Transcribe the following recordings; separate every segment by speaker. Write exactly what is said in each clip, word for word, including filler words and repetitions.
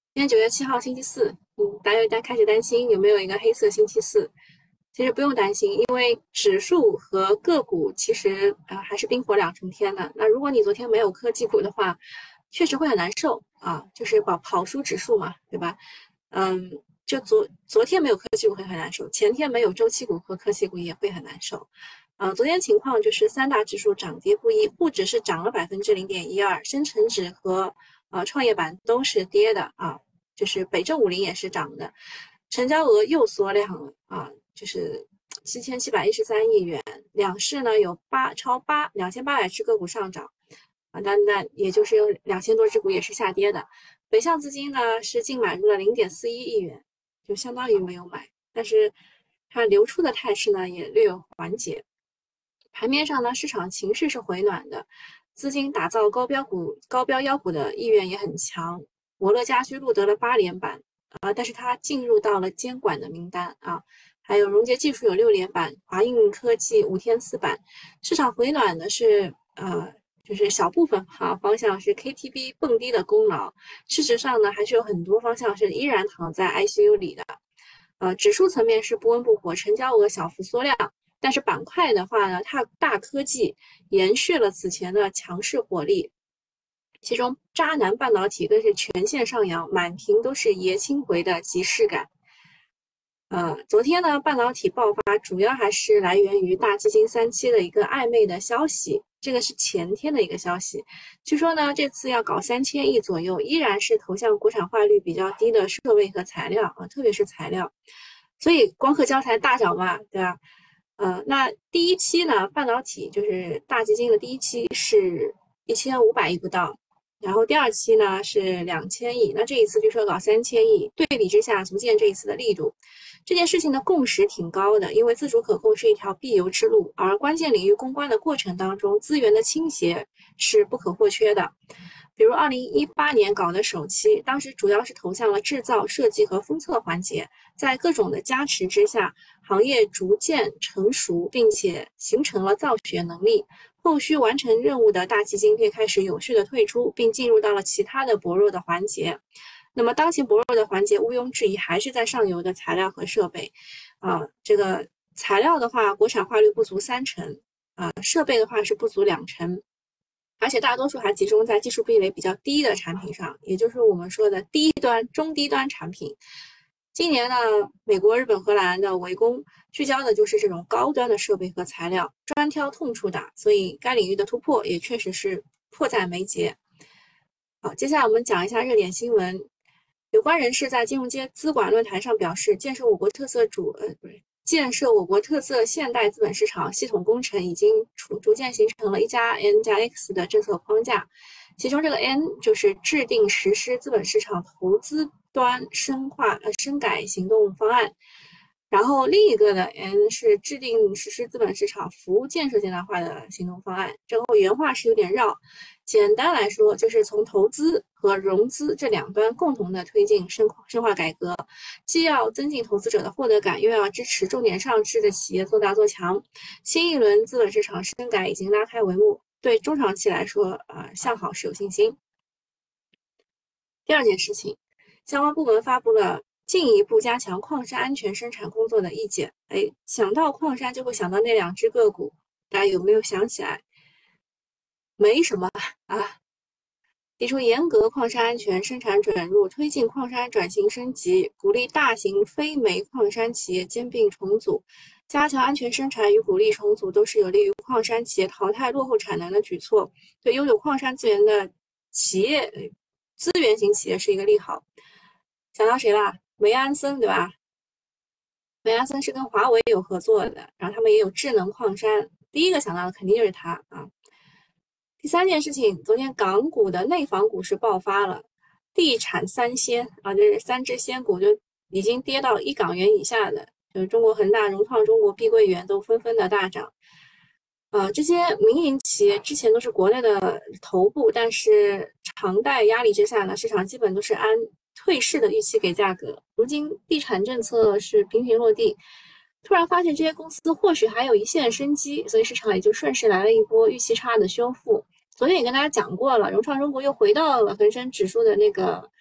Speaker 1: 今天九月七号星期四，嗯，大家大家开始担心有没有一个黑色星期四？其实不用担心，因为指数和个股其实啊、呃还是冰火两重天的。那如果你昨天没有科技股的话，确实会很难受啊，就是跑跑输指数嘛，对吧？嗯，就昨昨天没有科技股会很难受，前天没有周期股和科技股也会很难受。呃，昨天情况就是三大指数涨跌不一，沪指是涨了百分之零点一二，深成指和呃创业板都是跌的啊，就是北证五零也是涨的，成交额又缩量了啊，就是七千七百一十三亿元，两市呢有八超八两千八百只个股上涨啊，那那也就是有两千多只股也是下跌的，北向资金呢是净买入了零点四一亿元，就相当于没有买，但是它流出的态势呢也略有缓解。盘面上呢，市场情绪是回暖的，资金打造高标股、高标妖股的意愿也很强。国乐家居录得了八连板啊，但是它进入到了监管的名单啊。还有荣捷技术有六连板，华映科技五天四板。市场回暖的是呃，就是小部分哈、啊、方向是 K T V 蹦迪的功劳。事实上呢，还是有很多方向是依然躺在 I C U 里的。呃，指数层面是不温不火，成交额小幅缩量。但是板块的话呢，它大科技延续了此前的强势火力，其中渣男半导体更是全线上扬，满屏都是爷青回的即视感。呃，昨天呢，半导体爆发主要还是来源于大基金三期的一个暧昧的消息，这个是前天的一个消息。据说呢，这次要搞三千亿左右，依然是投向国产化率比较低的设备和材料啊，特别是材料。所以光刻胶材大涨嘛，对吧？呃，那第一期呢，半导体就是大基金的第一期是一千五百亿不到，然后第二期呢是两千亿，那这一次据说搞三千亿，对比之下，足见这一次的力度。这件事情的共识挺高的，因为自主可控是一条必由之路，而关键领域攻关的过程当中，资源的倾斜是不可或缺的。比如二零一八年搞的首期，当时主要是投向了制造、设计和封测环节，在各种的加持之下，行业逐渐成熟，并且形成了造血能力。后续完成任务的大基金便开始有序的退出，并进入到了其他的薄弱的环节。那么当前薄弱的环节，毋庸置疑还是在上游的材料和设备。啊、呃，这个材料的话，国产化率不足三成，啊、呃，设备的话是不足两成。而且大多数还集中在技术壁垒比较低的产品上，也就是我们说的低端、中低端产品。今年呢，美国、日本、荷兰的围攻聚焦的就是这种高端的设备和材料，专挑痛处打，所以该领域的突破也确实是迫在眉睫。好，接下来我们讲一下热点新闻。有关人士在金融街资管论坛上表示，建设我国特色主呃不是建设我国特色现代资本市场系统工程已经逐逐渐形成了一加 N 加 X 的政策框架，其中这个 N 就是制定实施资本市场投资端深化呃深改行动方案。然后另一个的 N 是制定实施资本市场服务建设现代化的行动方案。这个原话是有点绕，简单来说就是从投资和融资这两端共同的推进深深化改革，既要增进投资者的获得感，又要支持重点上市的企业做大做强。新一轮资本市场深改已经拉开帷幕，对中长期来说，呃，向好是有信心。第二件事情，相关部门发布了进一步加强矿山安全生产工作的意见。哎，想到矿山就会想到那两只个股，大家有没有想起来？没什么啊。提出严格矿山安全生产准入，推进矿山转型升级，鼓励大型非煤矿山企业兼并重组，加强安全生产与鼓励重组，都是有利于矿山企业淘汰落后产能的举措，对拥有矿山资源的企业资源型企业是一个利好。想到谁啦？梅安森对吧？梅安森是跟华为有合作的，然后他们也有智能矿山，第一个想到的肯定就是他啊。第三件事情，昨天港股的内房股市爆发了，地产三仙啊，就是三只仙股就已经跌到一港元以下的，就是中国恒大、融创中国、碧桂园都纷纷的大涨。呃，这些民营企业之前都是国内的头部，但是常贷压力之下呢，市场基本都是按退市的预期给价格。如今地产政策是频频落地，突然发现这些公司或许还有一线生机，所以市场也就顺势来了一波预期差的修复。昨天也跟大家讲过了，融创中国又回到了恒生指数的那个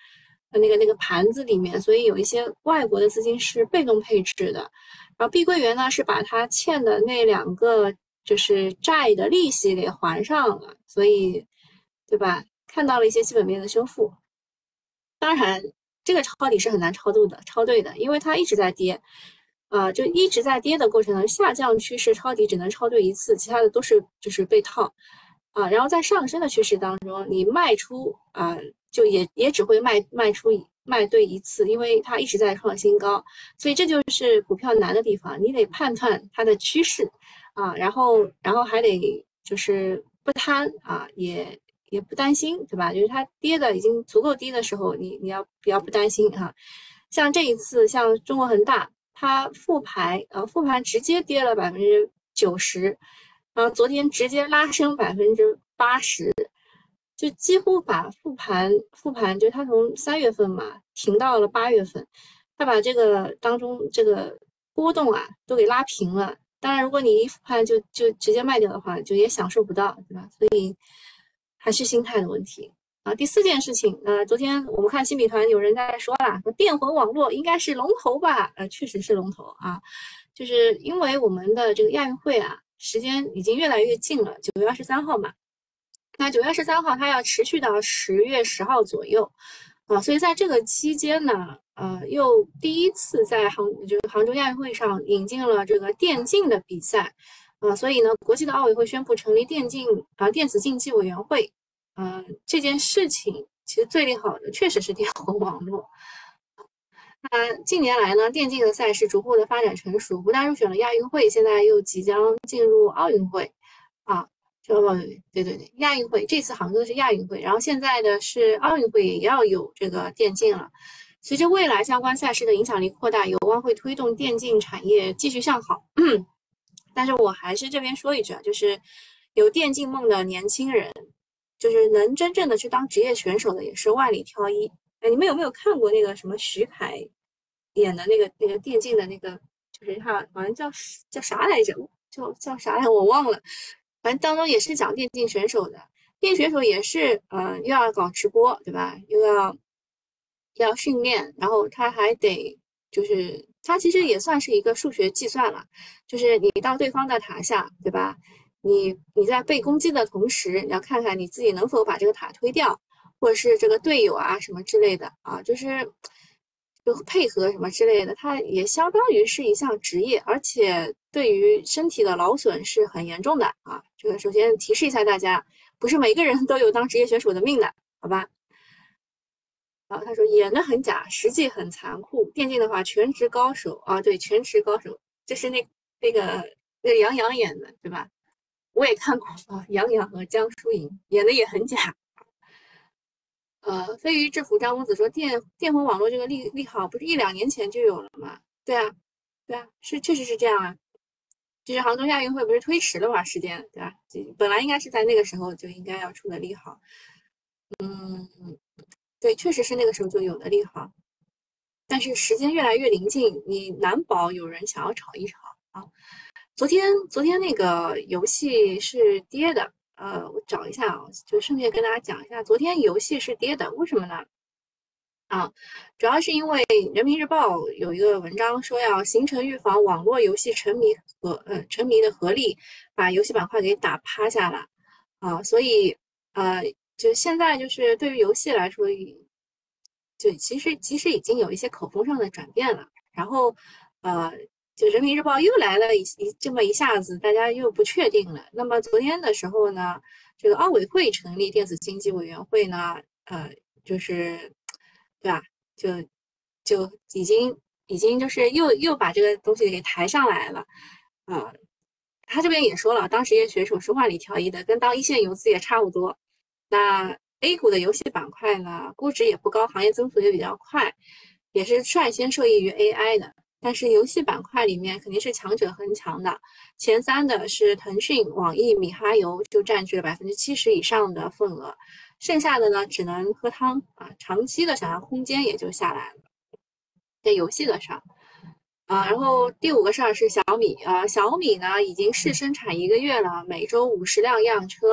Speaker 1: 呃那个那个盘子里面，所以有一些外国的资金是被动配置的。然后碧桂园呢是把它欠的那两个就是债的利息给还上了，所以对吧？看到了一些基本面的修复。当然，这个抄底是很难抄对的，抄对的，因为它一直在跌，啊、就一直在跌的过程中，下降趋势抄底只能抄对一次，其他的都是就是被套，啊、然后在上升的趋势当中，你卖出啊、就也也只会卖卖出卖对一次，因为它一直在创新高，所以这就是股票难的地方，你得判断它的趋势，啊、然后然后还得就是不贪啊，也。也不担心，对吧？就是它跌的已经足够低的时候，你你要不要不担心哈、啊？像这一次，像中国恒大，它复牌，呃，复盘直接跌了百分之九十，然后昨天直接拉升百分之八十，就几乎把复盘复盘，就它从三月份嘛停到了八月份，它把这个当中这个波动啊都给拉平了。当然，如果你一复盘就就直接卖掉的话，就也享受不到，对吧？所以还是心态的问题啊。第四件事情，呃，昨天我们看新米团有人在说啦，说电魂网络应该是龙头吧？呃，确实是龙头啊，就是因为我们的这个亚运会啊，时间已经越来越近了，九月二十三号嘛。那九月二十三号它要持续到十月十号左右，啊，所以在这个期间呢，呃，又第一次在杭就是杭州亚运会上引进了这个电竞的比赛，啊，所以呢，国际的奥委会宣布成立电竞啊电子竞技委员会，嗯、这件事情其实最利好的确实是电魂网络。那近年来呢，电竞的赛事逐步的发展成熟，不但入选了亚运会，现在又即将进入奥运会，啊，这个对对对，亚运会这次杭州的是亚运会，然后现在的是奥运会也要有这个电竞了。随着未来相关赛事的影响力扩大，有望会推动电竞产业继续向好。但是我还是这边说一句啊，就是有电竞梦的年轻人，就是能真正的去当职业选手的，也是万里挑一。哎，你们有没有看过那个什么徐凯演的那个那个电竞的那个，就是他好像叫叫啥来着？叫叫啥来我忘了。反正当中也是讲电竞选手的，电竞选手也是呃又要搞直播，对吧？又要要训练，然后他还得就是他其实也算是一个数学计算了，就是你到对方的塔下，对吧？你你在被攻击的同时，你要看看你自己能否把这个塔推掉，或者是这个队友啊什么之类的啊，就是就配合什么之类的，它也相当于是一项职业，而且对于身体的劳损是很严重的啊。这个首先提示一下大家，不是每个人都有当职业选手的命的，好吧？啊，他说演的很假，实际很残酷。电竞的话，全职高手啊，对，全职高手，就是那那个那个杨洋演的，对吧？我也看过啊，杨洋和江疏影演的也很假。呃，飞鱼制服张公子说电电魂网络这个利利好不是一两年前就有了吗？对啊，对啊，是确实是这样啊。就是杭州亚运会不是推迟了嘛时间，对吧？本来应该是在那个时候就应该要出的利好。嗯，对，确实是那个时候就有的利好。但是时间越来越临近，你难保有人想要炒一炒啊。昨天昨天那个游戏是跌的，呃，我找一下啊，就顺便跟大家讲一下，昨天游戏是跌的，为什么呢？啊，主要是因为人民日报有一个文章说要形成预防网络游戏沉迷和呃沉迷的合力，把游戏板块给打趴下了啊，所以呃，就现在就是对于游戏来说，就其实其实已经有一些口风上的转变了，然后呃，就人民日报又来了一一这么一下子，大家又不确定了。那么昨天的时候呢，这个奥委会成立电子竞技委员会呢，呃，就是对吧？就就已经已经就是又又把这个东西给抬上来了，啊、他这边也说了，当职业选手是万里挑一的，跟当一线游资也差不多。那 A 股的游戏板块呢，估值也不高，行业增速也比较快，也是率先受益于 A I 的。但是游戏板块里面肯定是强者恒强的，前三的是腾讯、网易、米哈游，就占据了百分之七十以上的份额，剩下的呢只能喝汤啊，长期的想象空间也就下来了。在游戏的上。啊，然后第五个事儿是小米啊，小米呢已经试生产一个月了，每周五十辆样车，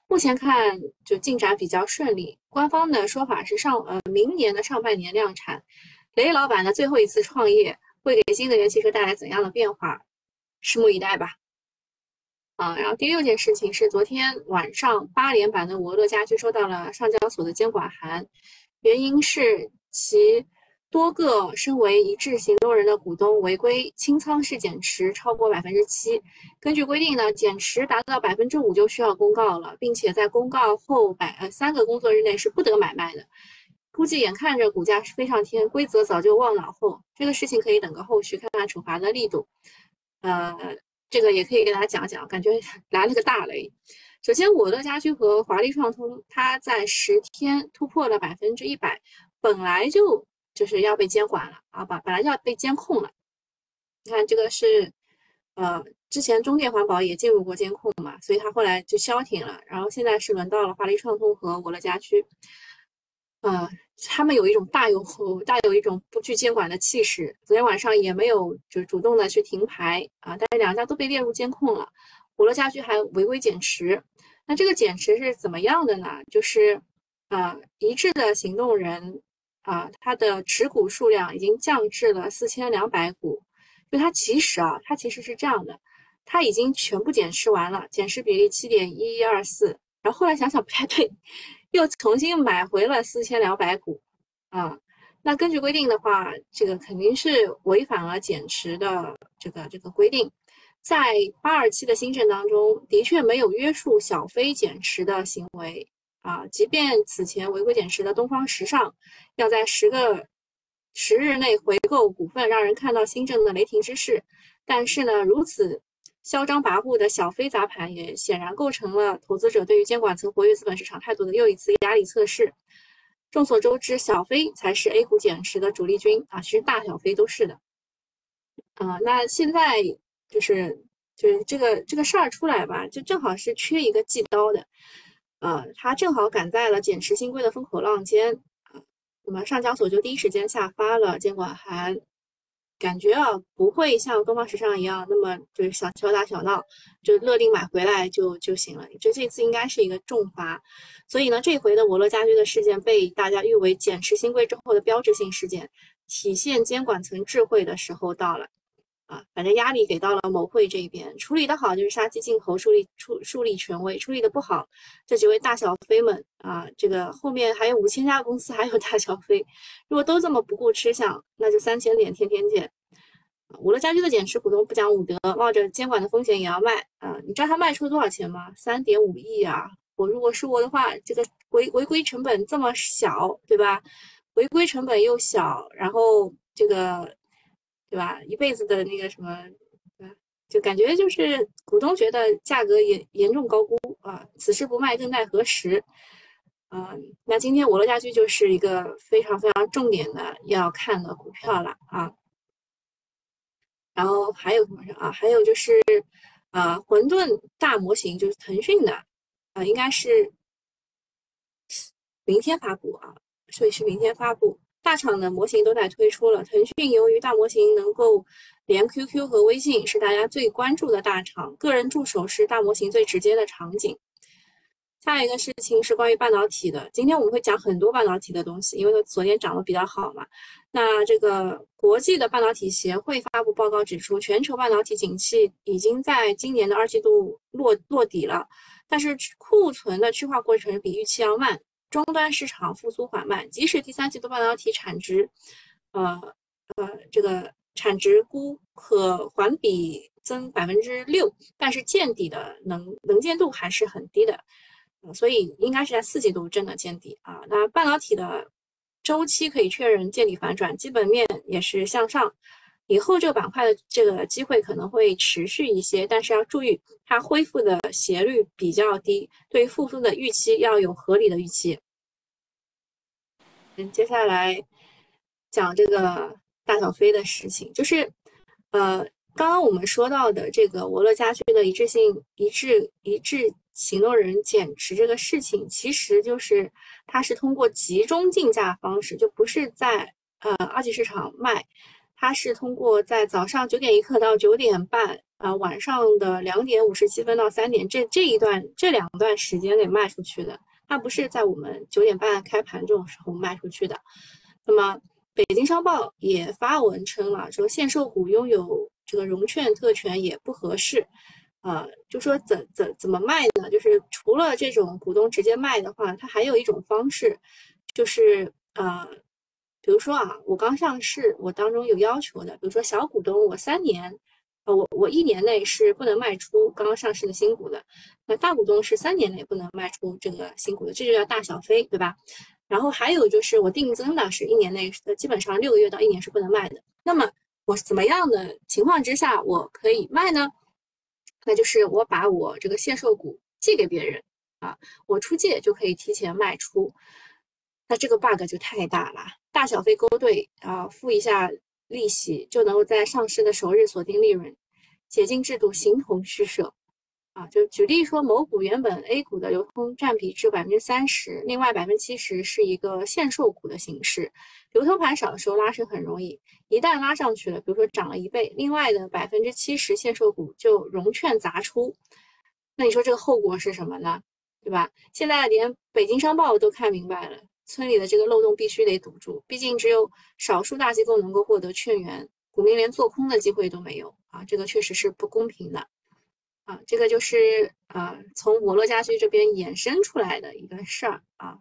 Speaker 1: 目前看就进展比较顺利，官方的说法是上呃明年的上半年量产。雷老板的最后一次创业会给新能源汽车带来怎样的变化？拭目以待吧。啊，然后第六件事情是昨天晚上八连板的我乐家居收到了上交所的监管函，原因是其多个身为一致行动人的股东违规清仓式减持超过百分之七。根据规定呢，减持达到百分之五就需要公告了，并且在公告后百呃三个工作日内是不得买卖的。估计眼看着股价是飞上天，规则早就忘脑后，这个事情可以等个后续看看处罚的力度。呃，这个也可以给大家讲讲，感觉来了个大雷。首先，我乐家居和华丽创通，它在十天突破了百分之一百，本来就就是要被监管了啊，本本来就要被监控了。你看这个是，呃，之前中电环保也进入过监控嘛，所以它后来就消停了。然后现在是轮到了华丽创通和我乐家居，呃，他们有一种大有大有一种不惧监管的气势。昨天晚上也没有就主动的去停牌啊，但是两家都被列入监控了。我乐家居还违规减持，那这个减持是怎么样的呢？就是啊，一致的行动人啊，他的持股数量已经降至了四千两百股。就它其实啊，它其实是这样的，它已经全部减持完了，减持比例七点一一二四。然后后来想想不太对，又重新买回了四千两百股啊。那根据规定的话，这个肯定是违反了减持的这个这个规定。在八二七的新政当中，的确没有约束小非减持的行为啊。即便此前违规减持的东方时尚，要在十个十日内回购股份，让人看到新政的雷霆之势。但是呢，如此嚣张跋扈的小非砸盘，也显然构成了投资者对于监管层活跃资本市场态度的又一次压力测试。众所周知，小非才是 A 股减持的主力军啊，其实大小非都是的。啊、呃，那现在就是就是这个这个事儿出来吧，就正好是缺一个系刀的，呃，他正好赶在了减持新规的风口浪尖。那么上交所就第一时间下发了监管函，感觉啊不会像东方时尚一样那么就是小小打小闹，就勒令买回来就就行了。这这次应该是一个重罚，所以呢，这回的我乐家居的事件被大家誉为减持新规之后的标志性事件，体现监管层智慧的时候到了。啊，反正压力给到了某会这边，处理的好就是杀鸡儆猴，树立树树立权威；处理的不好，这几位大小非们啊，这个后面还有五千家公司，还有大小非，如果都这么不顾吃相，那就三千点天天见。我乐家居的减持股东不讲武德，冒着监管的风险也要卖啊！你知道他卖出了多少钱吗？三点五亿啊！我如果是我的话，这个违违规成本这么小，对吧？违规成本又小，然后这个。对吧？一辈子的那个什么，就感觉就是股东觉得价格也严重高估啊，此时不卖更待何时？嗯，那今天我乐家居就是一个非常非常重点的要看的股票了啊。然后还有什么啊？还有就是啊，混沌大模型就是腾讯的啊，应该是明天发布啊，所以是明天发布。大厂的模型都在推出了，腾讯由于大模型能够连 Q Q 和微信，是大家最关注的大厂，个人助手是大模型最直接的场景。下一个事情是关于半导体的，今天我们会讲很多半导体的东西，因为昨天涨得比较好嘛。那这个国际的半导体协会发布报告指出，全球半导体景气已经在今年的二季度落落底了，但是库存的去化过程比预期要慢。终端市场复苏缓慢，即使第三季度半导体产值，呃呃，这个产值估可环比增百分之六，但是见底的能能见度还是很低的，呃，所以应该是在四季度真的见底啊。那半导体的周期可以确认见底反转，基本面也是向上。以后这个板块的这个机会可能会持续一些，但是要注意它恢复的斜率比较低，对复苏的预期要有合理的预期。嗯，接下来讲这个大小非的事情，就是呃，刚刚我们说到的这个我乐家居的一致性一致一致行动人减持这个事情，其实就是它是通过集中竞价方式，就不是在呃二级市场卖。 它是通过在早上九点一刻到九点半，啊，晚上的两点五十七分到三点这这一段这两段时间给卖出去的，它不是在我们九点半开盘这种时候卖出去的。那么北京商报也发文称了，说限售股拥有这个融券特权也不合适。呃，就说怎怎怎么卖呢？就是除了这种股东直接卖的话，它还有一种方式，就是呃，比如说啊，我刚上市，我当中有要求的，比如说小股东，我三年，呃，我我一年内是不能卖出刚刚上市的新股的，那大股东是三年内不能卖出这个新股的，这就叫大小非，对吧？然后还有就是我定增的是一年内，基本上六个月到一年是不能卖的。那么我怎么样的情况之下我可以卖呢？那就是我把我这个限售股借给别人啊，我出借就可以提前卖出。那这个 bug 就太大了，大小非勾兑啊，付一下利息就能够在上市的首日锁定利润，解禁制度形同虚设啊。就举例说，某股原本 A 股的流通占比只有百分之三十，另外百分之七十是一个限售股的形式，流通盘少的时候拉升很容易，一旦拉上去了，比如说涨了一倍，另外的百分之七十限售股就融券砸出，那你说这个后果是什么呢？对吧？现在连北京商报都看明白了，村里的这个漏洞必须得堵住，毕竟只有少数大机构能够获得券源，股民连做空的机会都没有啊，这个确实是不公平的啊，这个就是啊从我乐家居这边衍生出来的一个事儿啊。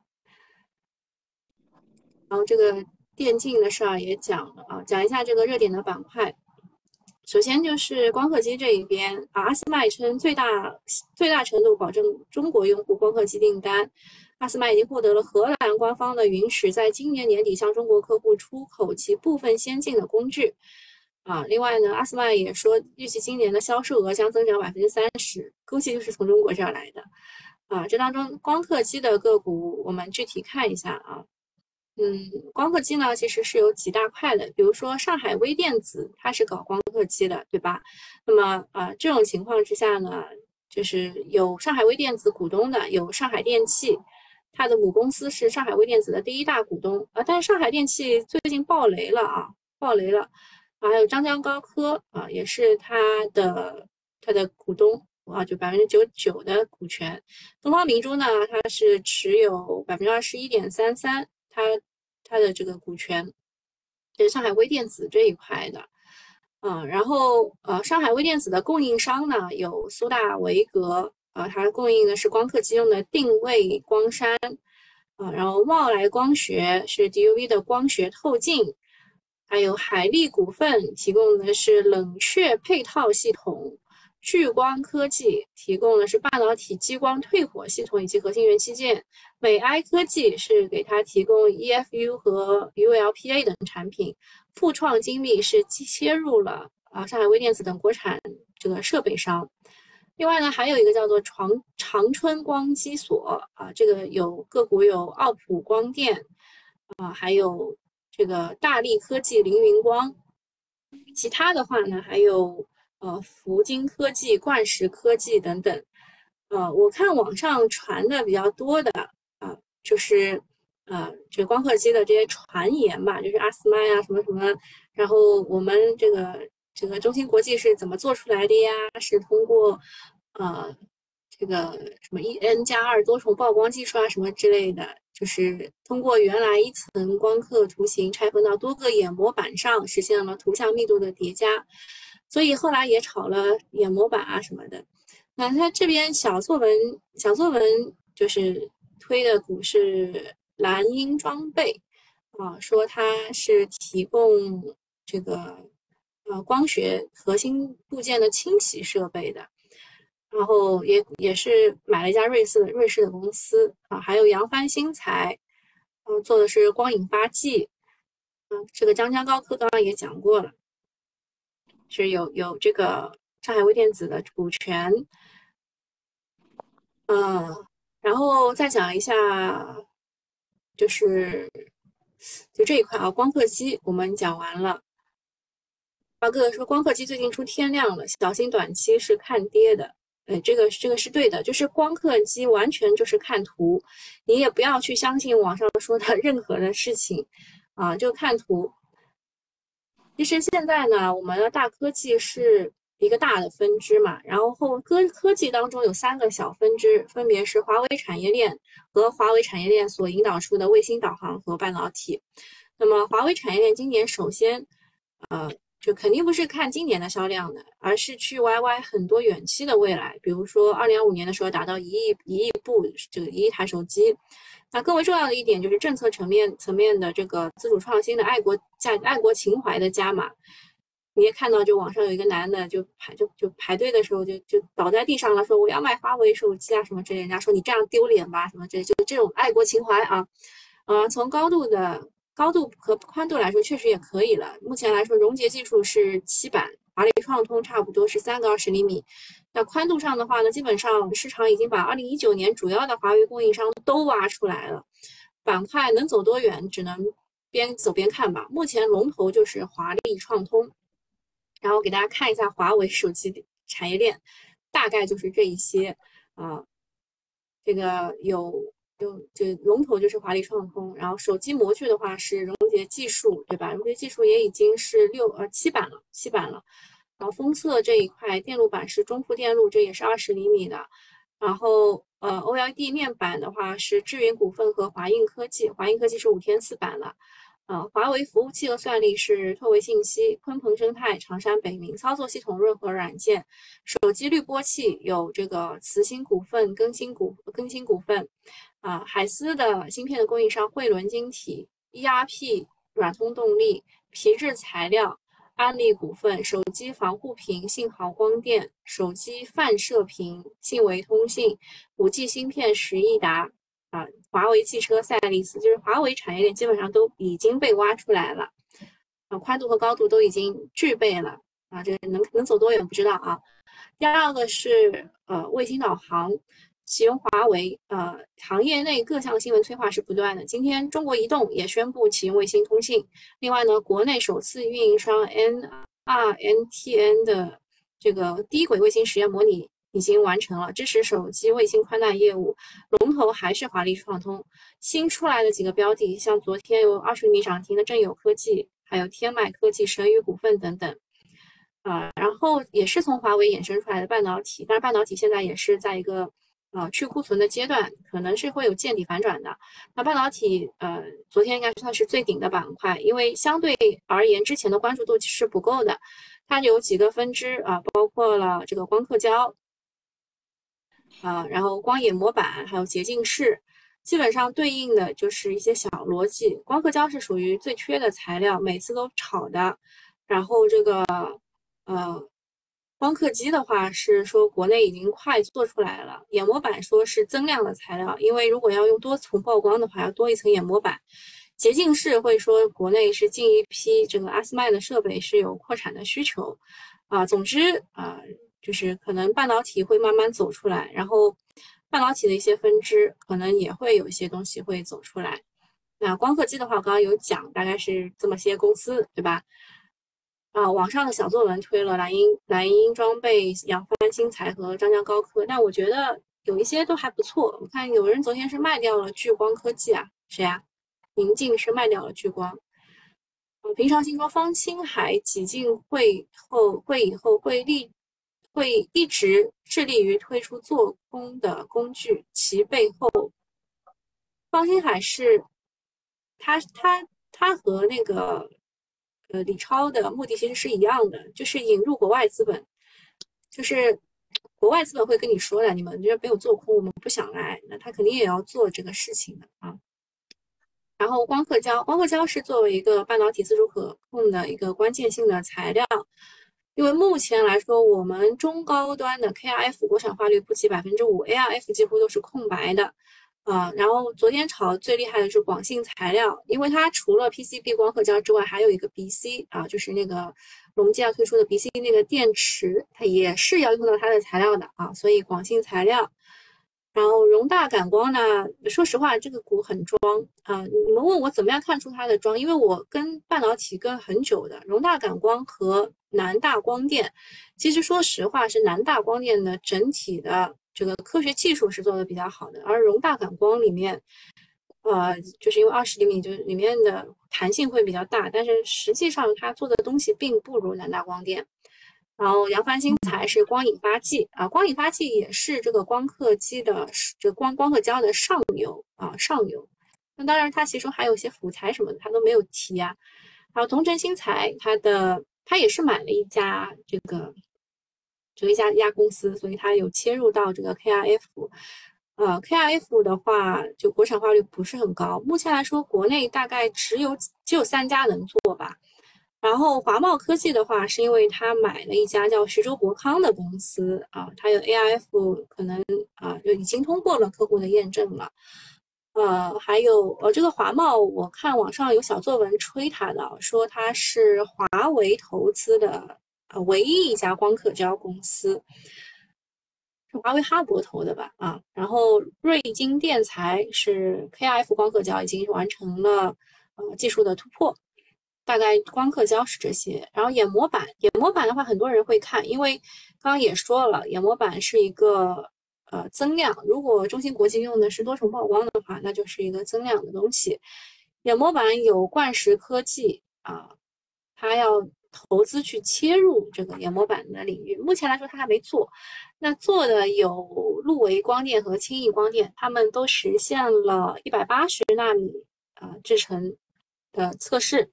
Speaker 1: 然后这个电竞的事儿也讲了啊，讲一下这个热点的板块。首先就是光刻机这一边啊，阿斯麦称最大最大程度保证中国用户光刻机订单。阿斯麦已经获得了荷兰官方的允许，在今年年底向中国客户出口其部分先进的工具。啊，另外呢，阿斯麦也说，预计今年的销售额将增长百分之三十，估计就是从中国这儿来的。啊，这当中光刻机的个股，我们具体看一下啊。嗯，光刻机呢，其实是有几大块的，比如说上海微电子，它是搞光刻机的，对吧？那么啊、呃，这种情况之下呢，就是有上海微电子股东的，有上海电气，它的母公司是上海微电子的第一大股东啊、呃，但是上海电气最近爆雷了啊，爆雷了，还有张江高科啊、呃，也是它的它的股东啊，就百分之九十九的股权，东方明珠呢，它是持有百分之二十一点三三。它它的这个股权，这是上海微电子这一块的，嗯，然后呃，上海微电子的供应商呢有苏大维格，呃，它供应的是光刻机用的定位光栅，啊、呃，然后茂来光学是 D U V 的光学透镜，还有海力股份提供的是冷却配套系统。聚光科技提供的是半导体激光退火系统以及核心元器件，美埃科技是给它提供 E F U 和 U L P A 等产品，富创精密是切入了啊上海微电子等国产这个设备商。另外呢，还有一个叫做长长春光机所啊，这个有个股有奥普光电啊，还有这个大力科技、凌云光。其他的话呢，还有呃福金科技、冠石科技等等。呃，我看网上传的比较多的啊、呃，就是呃这个光刻机的这些传言吧，就是阿斯麦啊什么什么，然后我们这个这个中芯国际是怎么做出来的呀？是通过呃这个什么 E N 加二多重曝光技术啊什么之类的，就是通过原来一层光刻图形拆分到多个眼模板上，实现了图像密度的叠加，所以后来也炒了眼模板啊什么的。那它这边小作文小作文就是推的股是蓝鹰装备啊，说它是提供这个呃光学核心部件的清洗设备的。然后也也是买了一家瑞士的瑞士的公司啊，还有扬帆新材，嗯、呃，做的是光引发剂，嗯、呃，这个张江高科刚刚也讲过了，是有有这个上海微电子的股权，嗯、呃，然后再讲一下，就是就这一块啊，光刻机我们讲完了。八哥说，光刻机最近出天量了，小心短期是看跌的。哎，这个这个是对的，就是光刻机完全就是看图，你也不要去相信网上说的任何的事情啊，就看图。 其实现在呢，我们的大科技是一个大的分支嘛，然后后科科技当中有三个小分支，分别是华为产业链和华为产业链所引导出的卫星导航和半导体。那么华为产业链今年首先，呃，就肯定不是看今年的销量的，而是去 Y Y 很多远期的未来，比如说二零二五年的时候达到一亿一亿部这个一亿台手机。那更为重要的一点就是政策层面层面的这个自主创新的爱国价爱国情怀的加码。你也看到，就网上有一个男的就排就就排队的时候就就倒在地上了，说我要买华为手机啊什么之类，人家说你这样丢脸吧什么之类，就这种爱国情怀啊。呃，从高度的高度和宽度来说，确实也可以了。目前来说，荣捷技术是七版，华丽创通差不多是三个二十厘米。那宽度上的话呢，基本上市场已经把二零一九年主要的华为供应商都挖出来了。板块能走多远，只能边走边看吧。目前龙头就是华丽创通，然后给大家看一下华为手机产业链，大概就是这一些啊、呃。这个有有就龙头就是华丽创通，然后手机模具的话是荣捷技术，对吧？荣捷技术也已经是六呃七版了，七版了。然后封测这一块电路板是中富电路，这也是二十厘米的。然后呃 O L E D 面板的话是智云股份和华映科技，华映科技是五天四版了。呃，华为服务器和算力是拓维信息、鲲鹏生态、长山北明，操作系统润和软件，手机滤波器有这个慈星股份、更新股、更新股份，啊、呃，海思的芯片的供应商汇伦晶体、E R P 软通动力、皮质材料、安利股份、手机防护屏、信豪光电、手机泛射屏、信维通信、五 G 芯片十亿达。啊，华为汽车、赛力斯，就是华为产业链基本上都已经被挖出来了，啊，宽度和高度都已经具备了，啊，这个能能走多远不知道啊。第二个是呃卫星导航，启用华为，呃，行业内各项新闻催化是不断的。今天中国移动也宣布启用卫星通信，另外呢，国内首次运营商 N R N T N 的这个低轨卫星实验模拟已经完成了，支持手机卫星宽带业务。龙头还是华丽创通，新出来的几个标的，像昨天有二十厘米涨停的正友科技，还有天迈科技、神宇股份等等，啊、呃，然后也是从华为衍生出来的半导体，但是半导体现在也是在一个呃去库存的阶段，可能是会有见底反转的。那半导体呃，昨天应该算是最顶的板块，因为相对而言之前的关注度其实不够的，它有几个分支啊、呃，包括了这个光刻胶。啊，然后光眼模板还有洁净室，基本上对应的就是一些小逻辑。光刻胶是属于最缺的材料，每次都炒的。然后这个呃，光刻机的话是说国内已经快做出来了，眼模板说是增量的材料，因为如果要用多层曝光的话，要多一层眼模板。洁净室会说国内是进一批这个阿斯麦的设备是有扩产的需求。啊，总之啊。就是可能半导体会慢慢走出来，然后半导体的一些分支可能也会有一些东西会走出来。那光刻机的话，我刚刚有讲，大概是这么些公司，对吧？啊，网上的小作文推了蓝鹰、蓝鹰装备、扬帆新材和张江高科，但我觉得有一些都还不错。我看有人昨天是卖掉了聚光科技啊，谁啊？宁静是卖掉了聚光。呃，平常心说方星海挤进会后会以后会立会一直致力于推出做空的工具，其背后，方星海是他他他和那个呃李超的目的其实是一样的，就是引入国外资本，就是国外资本会跟你说的，你们这没有做空，我们不想来，那他肯定也要做这个事情的啊。然后光刻胶，光刻胶是作为一个半导体自主可控的一个关键性的材料。因为目前来说，我们中高端的 K R F 国产化率不及百分之五 ，A R F 几乎都是空白的，啊、呃，然后昨天炒最厉害的是广信材料，因为它除了 P C B 光刻胶之外，还有一个 B C 啊，就是那个隆基要推出的 B C 那个电池，它也是要用到它的材料的啊，所以广信材料。然后荣大感光呢，说实话，这个股很装啊、呃。你们问我怎么样看出它的装？因为我跟半导体跟很久的荣大感光和南大光电，其实说实话是南大光电的整体的这个科学技术是做的比较好的，而荣大感光里面呃，就是因为二十厘米就是里面的弹性会比较大，但是实际上它做的东西并不如南大光电。然后扬帆新材是光引发剂啊，光引发剂也是这个光刻机的这个光光刻胶的上游啊上游。那当然它其中还有一些辅材什么的，它都没有提啊。还有同城新材，它的它也是买了一家这个这个一家一家公司，所以它有切入到这个 K R F。呃，K R F 的话，就国产化率不是很高。目前来说，国内大概只有只有三家能做吧。然后华茂科技的话，是因为他买了一家叫徐州博康的公司啊，它有 A R F 可能啊就已经通过了客户的验证了。呃，还有呃，这个华茂，我看网上有小作文吹它的，说它是华为投资的呃唯一一家光刻胶公司。是华为哈勃投的吧？啊，然后瑞金电材是 K R F 光刻胶已经完成了呃技术的突破，大概光刻胶是这些。然后眼模板，眼模板的话，很多人会看，因为刚刚也说了，眼模板是一个呃增量。如果中芯国际用的是多重曝光的话，那就是一个增量的东西。眼模板有冠石科技啊，它要投资去切入这个眼模板的领域，目前来说它还没做。那做的有路维光电和轻易光电，他们都实现了一百八十纳米啊、呃、制程的测试。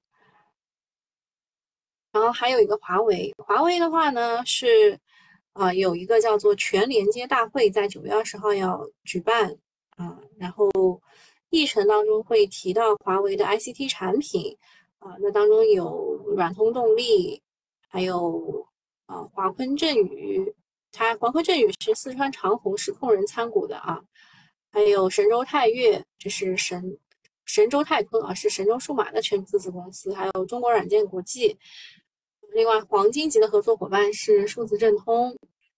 Speaker 1: 然后还有一个华为，华为的话呢是，呃，有一个叫做全连接大会，在九月二十号要举办啊、呃然后议程当中会提到华为的 I C T 产品啊、那当中有软通动力，还有啊华坤振宇，它华坤振宇是四川长虹实控人参股的啊，还有神州泰岳，这是神神州泰坤啊，是神州数码的全资子公司，还有中国软件国际。另外，黄金级的合作伙伴是数字正通。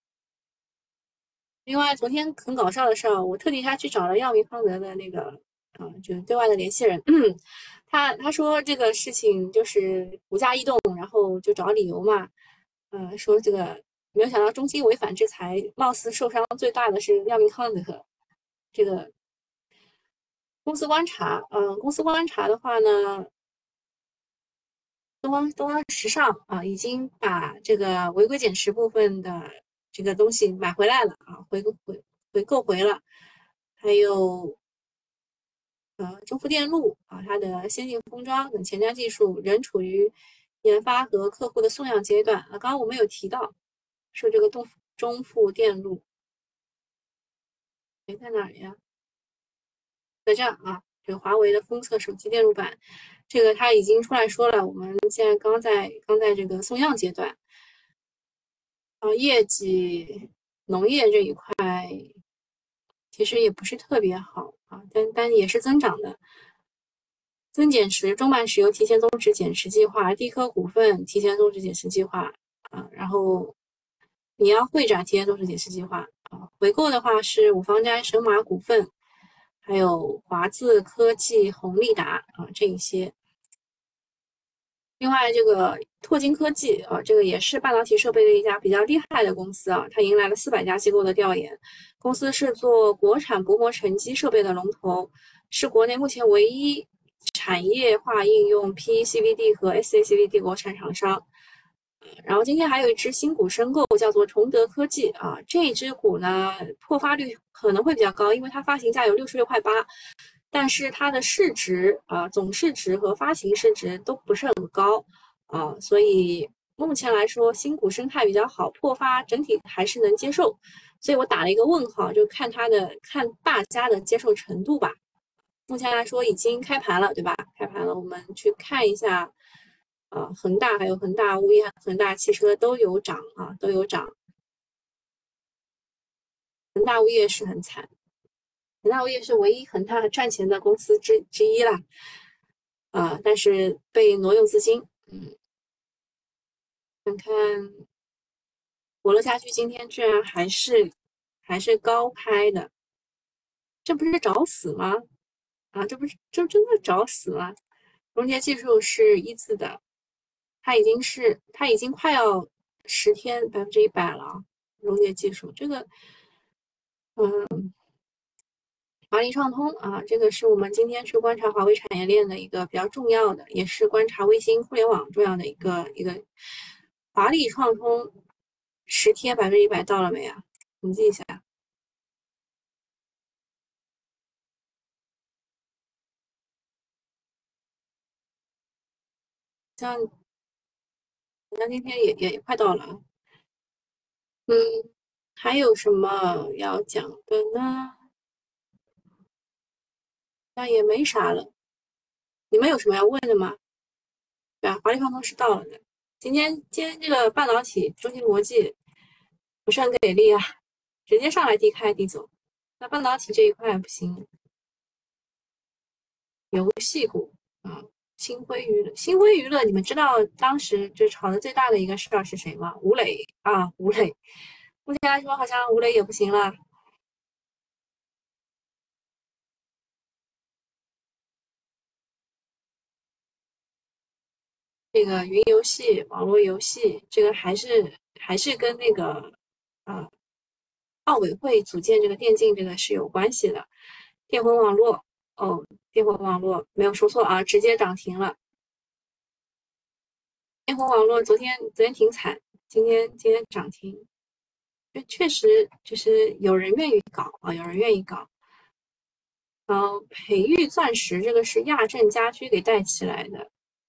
Speaker 1: 另外，昨天很搞笑的事儿，我特地他去找了药明康德的那个，啊、呃，就是对外的联系人，他他说这个事情就是股价异动，然后就找理由嘛，呃，说这个没有想到中兴违反制裁，貌似受伤最大的是药明康德。这个公司观察，嗯、呃，公司观察的话呢，东方东方时尚啊，已经把这个违规减持部分的这个东西买回来了啊，回购回回购回了。还有呃中富电路啊，它的先进封装等前瞻技术仍处于研发和客户的送样阶段啊。刚刚我们有提到说这个东中富电路，诶，在哪儿呀？在这儿啊，这个华为的封测手机电路板，这个它已经出来说了，我们现在刚在刚在这个送样阶段。呃，业绩农业这一块其实也不是特别好啊，但但也是增长的。增减持，中办石油提前终止减持计划，地科股份提前终止减持计划啊，然后你要会展提前终止减持计划啊，回购的话是五芳斋、神马股份，还有华字科技、宏利达啊这一些。另外，这个拓金科技啊，这个也是半导体设备的一家比较厉害的公司啊，它迎来了四百家机构的调研。公司是做国产薄膜沉积设备的龙头，是国内目前唯一产业化应用 P E C V D 和 S A C V D 国产厂商。然后今天还有一只新股申购，叫做崇德科技啊，这一只股呢破发率可能会比较高，因为它发行价有六十六块八，但是它的市值啊，总市值和发行市值都不是很高啊，所以目前来说新股生态比较好，破发整体还是能接受，所以我打了一个问号，就看它的看大家的接受程度吧。目前来说已经开盘了，对吧？开盘了，我们去看一下。啊，恒大还有恒大物业、恒大汽车都有涨啊，都有涨。恒大物业是很惨，恒大物业是唯一恒大赚钱的公司之之一啦，啊，但是被挪用资金。嗯，看看国乐家居今天居然还是还是高开的，这不是找死吗？啊，这不是这真的找死吗？荣捷技术是一字的，它已经是它已经快要十天百分之一百了啊！荣捷技术这个，嗯， 华丽创通啊，这个是我们今天去观察华为产业链的一个比较重要的，也是观察卫星互联网重要的一个一个华丽创通十天百分之一百到了没啊？统计一下，像好像今天也也快到了啊。嗯，还有什么要讲的呢？那也没啥了。你们有什么要问的吗？对啊，华丽创通是到了的。今天今天这个半导体中芯国际不是很给力啊，直接上来低开低走。那半导体这一块不行，游戏股啊，星辉娱乐，星辉娱乐，你们知道当时就炒的最大的一个事儿是谁吗？吴磊啊，吴磊。目前来说，好像吴磊也不行了。这个云游戏、网络游戏，这个还是还是跟那个啊奥委会组建这个电竞这个是有关系的。电魂网络哦，电魂网络没有说错啊，直接涨停了。电魂网络昨天昨天挺惨，今天今天涨停，就确实就是有人愿意搞啊，有人愿意搞。然后培育钻石这个是亚正家居给带起来的，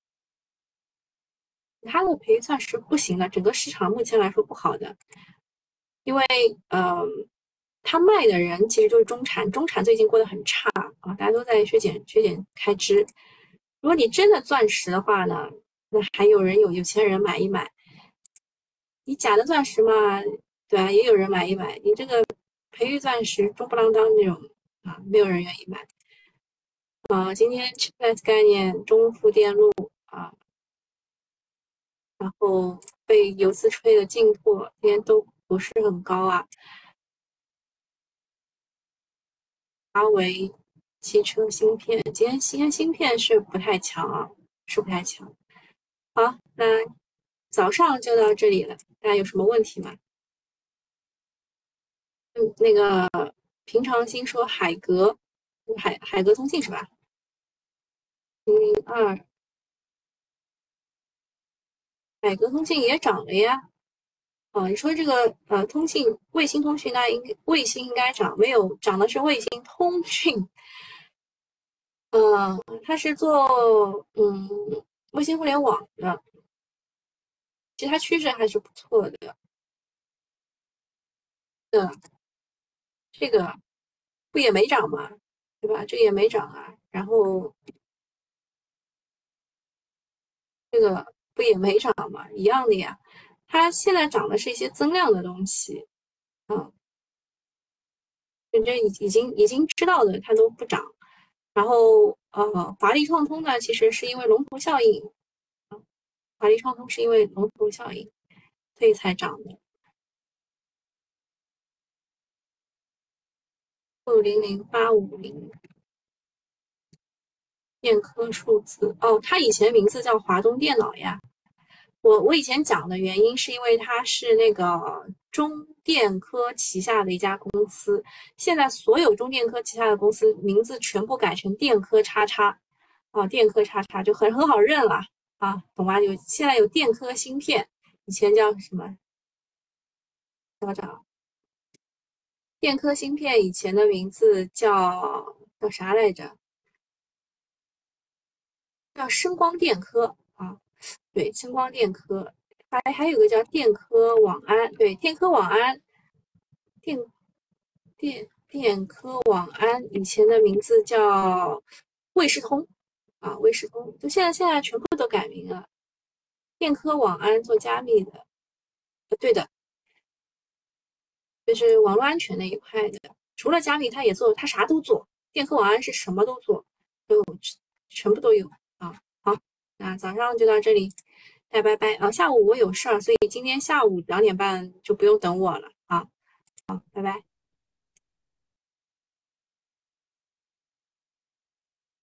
Speaker 1: 它的培育钻石不行的，整个市场目前来说不好的，因为呃，它卖的人其实就是中产，中产最近过得很差啊，大家都在削减削减开支。如果你真的钻石的话呢，那还有人有有钱人买一买。你假的钻石嘛，对啊，也有人买一买。你这个培育钻石中不啷当那种啊，没有人愿意买。啊，今天 chiplet 概念、中富电路啊，然后被游资吹的劲破，今天都不是很高啊。华为汽车芯片，今天今天芯片是不太强啊，是不太强。好，那早上就到这里了，大家有什么问题吗？嗯，那个平常心说海格，海海格通信是吧？零零二，海格通信也涨了呀。哦，你说这个呃，通信卫星通讯，那应该卫星应该涨，没有涨的是卫星通讯。呃，它是做嗯卫星互联网的，其实它趋势还是不错的。的这个不也没涨嘛，对吧？这个也没涨啊，然后这个不也没涨嘛，一样的呀。它现在涨的是一些增量的东西，啊，就这已已经已经知道的它都不涨。然后呃，华丽创通呢，其实是因为龙头效应，华丽创通是因为龙头效应，所以才涨的。六零零八五零电科数字哦，它以前名字叫华东电脑呀。我我以前讲的原因是因为它是那个中电科旗下的一家公司，现在所有中电科旗下的公司名字全部改成电科叉叉，啊，电科叉叉就很很好认了啊，懂吗？有现在有电科芯片，以前叫什么？找找电科芯片以前的名字叫叫啥来着？叫声光电科啊，对，声光电科，还还有个叫电科网安，对，电科网安，电电电科网安以前的名字叫卫士通啊，卫士通，就现在现在全部都改名了。电科网安做加密的，呃，对的，就是网络安全那一块的。除了加密，它也做，它啥都做。电科网安是什么都做，就全部都有啊。好，那早上就到这里，大家拜拜啊。下午我有事儿，所以今天下午两点半就不用等我了啊。好，拜拜。